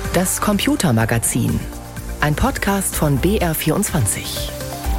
Das Computermagazin. Ein Podcast von BR24.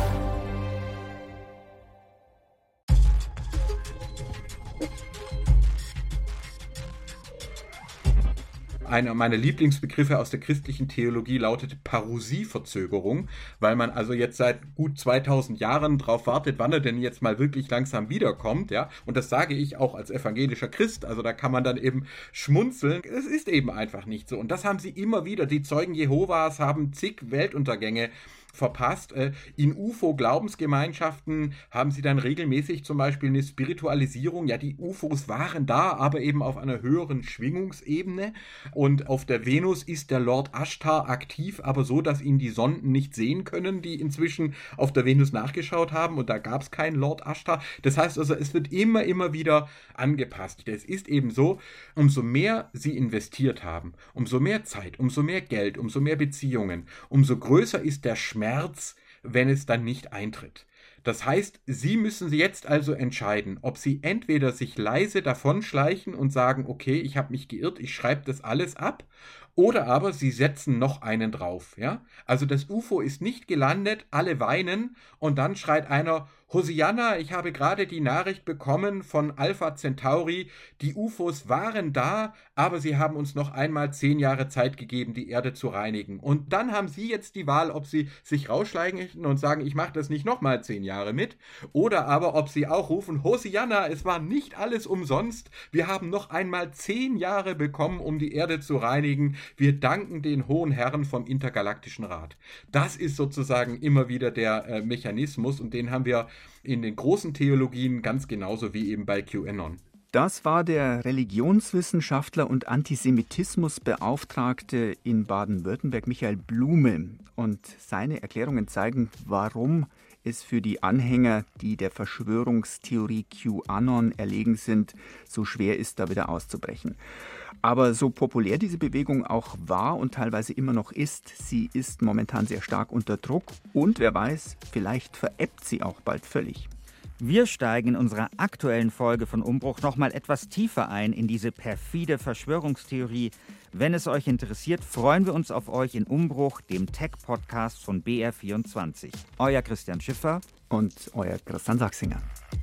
Einer meiner Lieblingsbegriffe aus der christlichen Theologie lautet Parusieverzögerung, weil man also jetzt seit gut 2000 Jahren darauf wartet, wann er denn jetzt mal wirklich langsam wiederkommt, ja. Und das sage ich auch als evangelischer Christ, also da kann man dann eben schmunzeln. Es ist eben einfach nicht so. Und das haben sie immer wieder. Die Zeugen Jehovas haben zig Weltuntergänge verpasst. In UFO-Glaubensgemeinschaften haben sie dann regelmäßig zum Beispiel eine Spiritualisierung. Ja, die UFOs waren da, aber eben auf einer höheren Schwingungsebene. Und auf der Venus ist der Lord Ashtar aktiv, aber so, dass ihn die Sonden nicht sehen können, die inzwischen auf der Venus nachgeschaut haben. Und da gab es keinen Lord Ashtar. Das heißt also, es wird immer wieder angepasst. Es ist eben so, umso mehr sie investiert haben, umso mehr Zeit, umso mehr Geld, umso mehr Beziehungen, umso größer ist der Schmerz, wenn es dann nicht eintritt. Das heißt, Sie müssen jetzt also entscheiden, ob Sie entweder sich leise davonschleichen und sagen, okay, ich habe mich geirrt, ich schreibe das alles ab, oder aber Sie setzen noch einen drauf. Ja? Also das UFO ist nicht gelandet, alle weinen und dann schreit einer, Hosianna, ich habe gerade die Nachricht bekommen von Alpha Centauri, die UFOs waren da, aber sie haben uns noch einmal 10 Jahre Zeit gegeben, die Erde zu reinigen. Und dann haben Sie jetzt die Wahl, ob Sie sich rausschleichen und sagen, ich mache das nicht nochmal 10 Jahre mit, oder aber ob Sie auch rufen, Hosianna, es war nicht alles umsonst, wir haben noch einmal 10 Jahre bekommen, um die Erde zu reinigen, wir danken den hohen Herren vom Intergalaktischen Rat. Das ist sozusagen immer wieder der Mechanismus und den haben wir in den großen Theologien ganz genauso wie eben bei QAnon. Das war der Religionswissenschaftler und Antisemitismusbeauftragte in Baden-Württemberg, Michael Blume. Und seine Erklärungen zeigen, warum es für die Anhänger, die der Verschwörungstheorie QAnon erlegen sind, so schwer ist, da wieder auszubrechen. Aber so populär diese Bewegung auch war und teilweise immer noch ist, sie ist momentan sehr stark unter Druck und wer weiß, vielleicht verebbt sie auch bald völlig. Wir steigen in unserer aktuellen Folge von Umbruch nochmal etwas tiefer ein in diese perfide Verschwörungstheorie. Wenn es euch interessiert, freuen wir uns auf euch in Umbruch, dem Tech-Podcast von BR24. Euer Christian Schiffer und euer Christian Sachsinger.